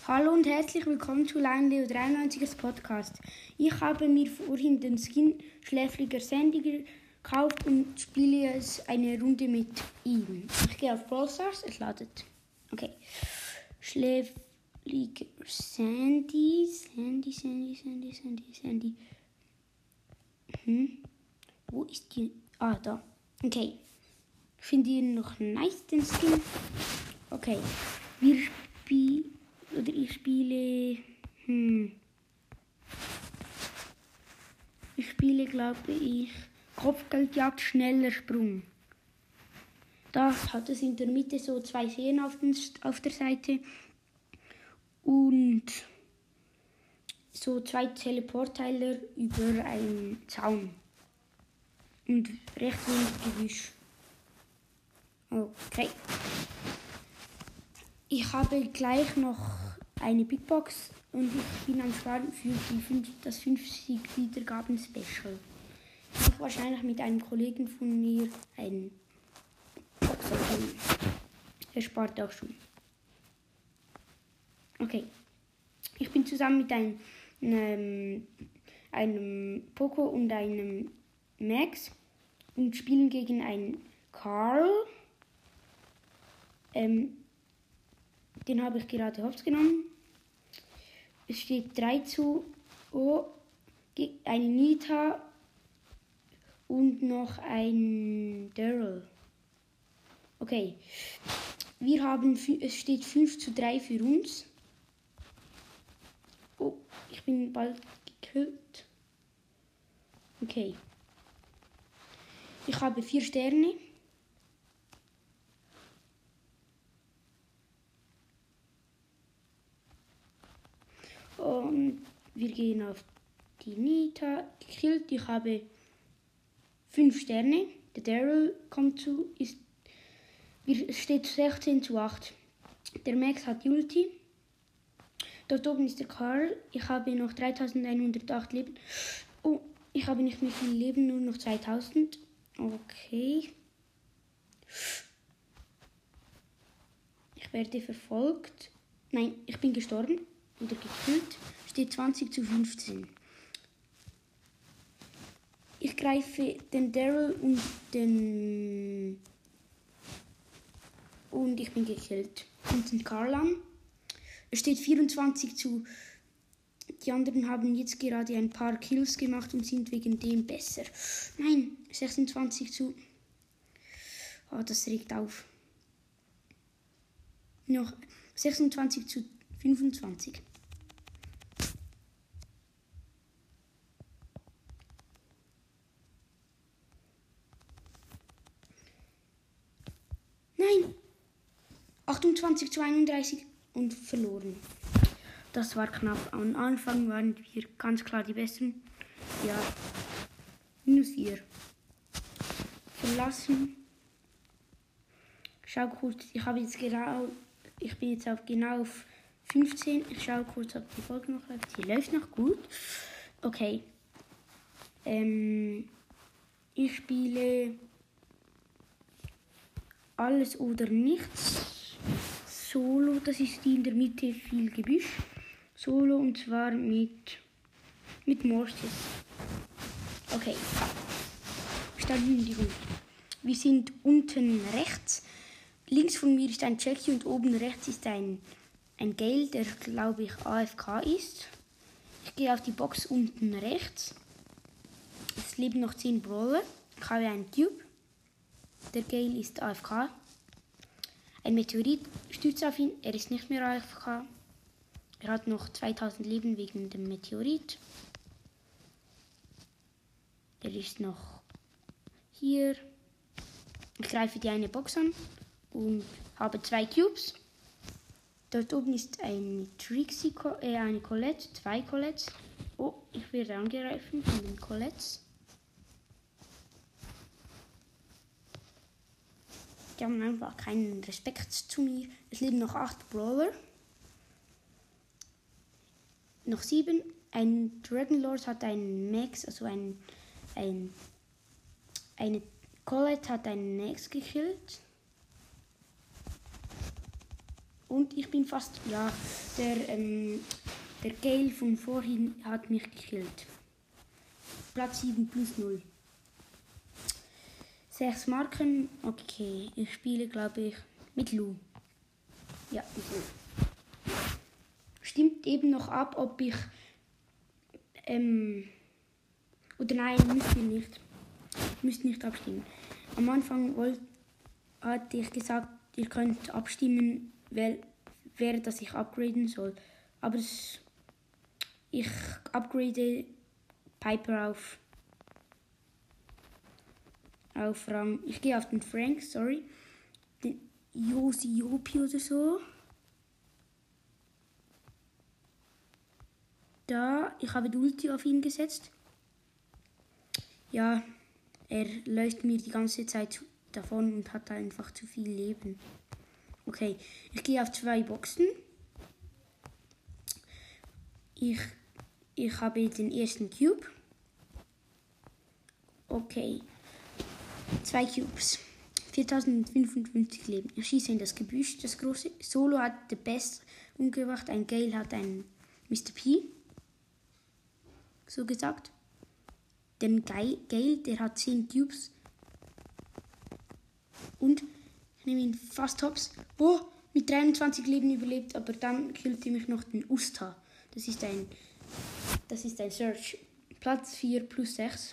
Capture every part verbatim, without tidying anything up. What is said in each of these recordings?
Hallo und herzlich willkommen zu Lionleo dreiundneunzigers Podcast. Ich habe mir vorhin den Skin Schläfriger Sandy gekauft und spiele jetzt eine Runde mit ihm. Ich gehe auf Brawl Stars, es ladet. Okay. Schläfriger Sandy, Sandy, Sandy, Sandy, Sandy, Sandy. Hm. Wo ist die? Ah, da. Okay. Ich finde ihn noch nice, den Skin. Okay. Wir spielen. Oder ich spiele. Hm. Ich spiele, glaube ich, Kopfgeldjagd, schneller Sprung. Da hat es in der Mitte so zwei Seen auf, den, auf der Seite. Und so zwei Teleportteiler über einen Zaun. Und recht wenig Gebüsch. Okay. Ich habe gleich noch eine Big Box und ich bin am Sparen für die fünf, das fünfzig Wiedergaben Special. Ich mache wahrscheinlich mit einem Kollegen von mir ein Box öffnen. Er spart auch schon. Okay. Ich bin zusammen mit einem, einem, einem Poco und einem Max und spielen gegen einen Karl. Ähm, Den habe ich gerade hops genommen. Es steht drei zu oh, eine Nita und noch ein Daryl. Okay. Wir haben, es steht fünf zu drei für uns. Oh, ich bin bald gekillt. Okay. Ich habe vier Sterne. Und wir gehen auf die Nita. Gekillt. Ich habe fünf Sterne. Der Daryl kommt zu. Ist, es steht sechzehn zu acht. Der Max hat Ulti. Dort oben ist der Karl. Ich habe noch dreitausendeinhundertacht Leben. Oh, ich habe nicht mehr viel Leben, nur noch zweitausend. Okay. Ich werde verfolgt. Nein, ich bin gestorben. Oder gekillt, steht zwanzig zu fünfzehn. Ich greife den Daryl und den... Und ich bin gekillt. Und den Karl an. Es steht vierundzwanzig zu... Die anderen haben jetzt gerade ein paar Kills gemacht und sind wegen dem besser. Nein, sechsundzwanzig zu... Oh, das regt auf. Noch sechsundzwanzig zu fünfundzwanzig. Nein! achtundzwanzig zu einunddreißig und verloren. Das war knapp. Am Anfang waren wir ganz klar die Besten. Ja. Minus vier. Verlassen. Schau kurz. Ich habe jetzt genau. Ich bin jetzt auf genau auf fünfzehn. Ich schaue kurz, ob die Folge noch läuft. Die läuft noch gut. Okay. Ähm, ich spiele alles oder nichts. Solo, das ist die in der Mitte viel Gebüsch. Solo und zwar mit, mit Mortis. Okay. Starten die Runde. Wir sind unten rechts. Links von mir ist ein Jackie und oben rechts ist ein, ein Gale, der glaube ich A F K ist. Ich gehe auf die Box unten rechts. Es leben noch zehn Brawler. Ich habe einen Cube. Der Gale ist A F K. Ein Meteorit stürzt auf ihn. Er ist nicht mehr A F K. Er hat noch zweitausend Leben wegen dem Meteorit. Er ist noch hier. Ich greife die eine Box an und habe zwei Cubes. Dort oben ist eine Trixie, äh, eine Colette, zwei Colettes. Oh, ich werde angegriffen von den Colettes. Die haben einfach keinen Respekt zu mir. Es leben noch acht Brawler. Noch sieben. Ein Dragonlord hat einen Max, also ein, ein eine Colette hat einen Max gekillt. Und ich bin fast, ja, der, ähm, der Gale von vorhin hat mich gekillt. Platz sieben plus null. Sechs Marken, okay. Ich spiele, glaube ich, mit Lu. Ja, mit Lu. Stimmt eben noch ab, ob ich, ähm, oder nein, müsst ihr nicht. Müsst nicht abstimmen. Am Anfang wollte, hatte ich gesagt, ihr könnt abstimmen, wer, wer das ich upgraden soll. Aber es, ich upgrade Piper auf, auf Rang. Ich gehe auf den Frank, sorry. Den Josi Jopi oder so. Da, ich habe die Ulti auf ihn gesetzt. Ja, er läuft mir die ganze Zeit davon und hat einfach zu viel Leben. Okay, ich gehe auf zwei Boxen. Ich, ich habe den ersten Cube. Okay, zwei Cubes. viertausendfünfundfünfzig Leben. Ich schieße in das Gebüsch, das große. Solo hat den Best umgebracht. Ein Gale hat einen Mister P. So gesagt. Den Gale, der hat zehn Cubes. Und ich nehme ihn fast hops. Oh, mit dreiundzwanzig Leben überlebt, aber dann killte mich noch den Usta. Das ist ein, das ist ein Search. Platz vier plus sechs.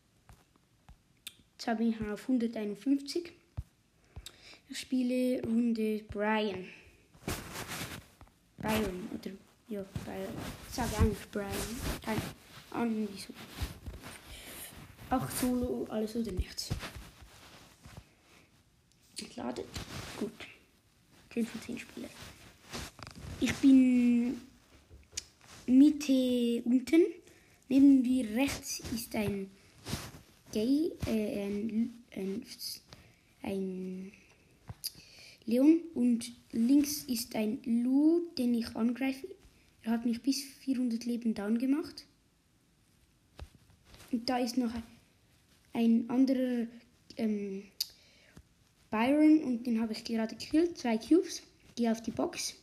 Jetzt habe ich auf hunderteinundfünfzig. Ich spiele Runde Brian. Byron, oder ja, Byron. Ich sage eigentlich Brian. Keine Ahnung wieso. Auch Solo, alles oder nichts. Entladet. Gut. zehn von zehn Spieler. Ich bin Mitte unten. Neben mir rechts ist ein Gay, äh, ein, ein, ein Leon und links ist ein Lu, den ich angreife. Er hat mich bis vierhundert Leben down gemacht. Und da ist noch ein anderer ähm, Byron und den habe ich gerade gekillt. Zwei Cubes. Gehe auf die Box.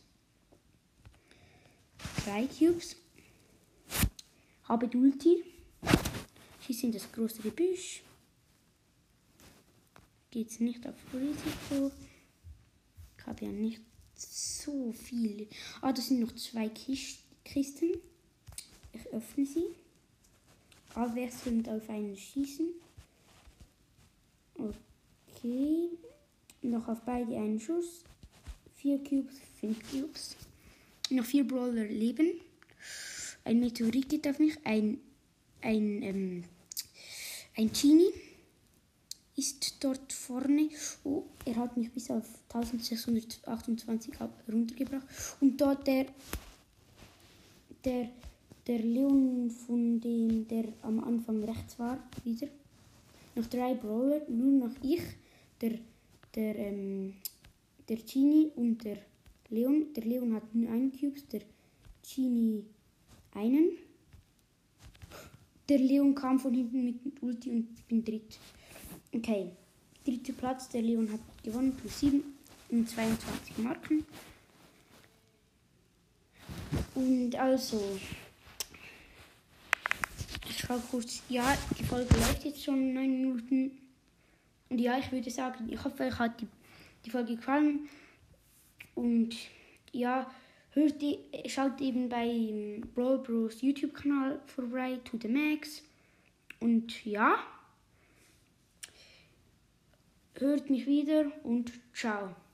Drei Cubes. Habe die Ulti. Schieße in das große Gebüsch. Geht's nicht auf Risiko. Ich habe ja nicht so viele. Ah, das sind noch zwei Kisten. Ich öffne sie. Abwechselnd auf einen schießen. Okay. Noch auf beide einen Schuss. Vier Cubes, fünf Cubes. Noch vier Brawler leben. Ein Meteorit geht auf mich. Ein, ein, ähm, ein Genie ist dort vorne. Oh, er hat mich bis auf eintausendsechshundertachtundzwanzig runtergebracht. Und dort der, der, der Leon von dem, der am Anfang rechts war, wieder. Noch drei Brawler, nur noch ich, der, der, ähm, der Genie und der Leon. Der Leon hat nur einen Cube, der Genie einen. Der Leon kam von hinten mit Ulti und ich bin dritt. Okay, dritter Platz, der Leon hat gewonnen, plus sieben und zweiundzwanzig Marken. Und also, ich schaue kurz, ja, die Folge läuft jetzt schon neun Minuten. Und ja, ich würde sagen, ich hoffe, euch hat die, die Folge gefallen. Und ja, hört die, schaut eben bei Brawl Bros YouTube-Kanal vorbei, To The Max. Und ja, hört mich wieder und ciao.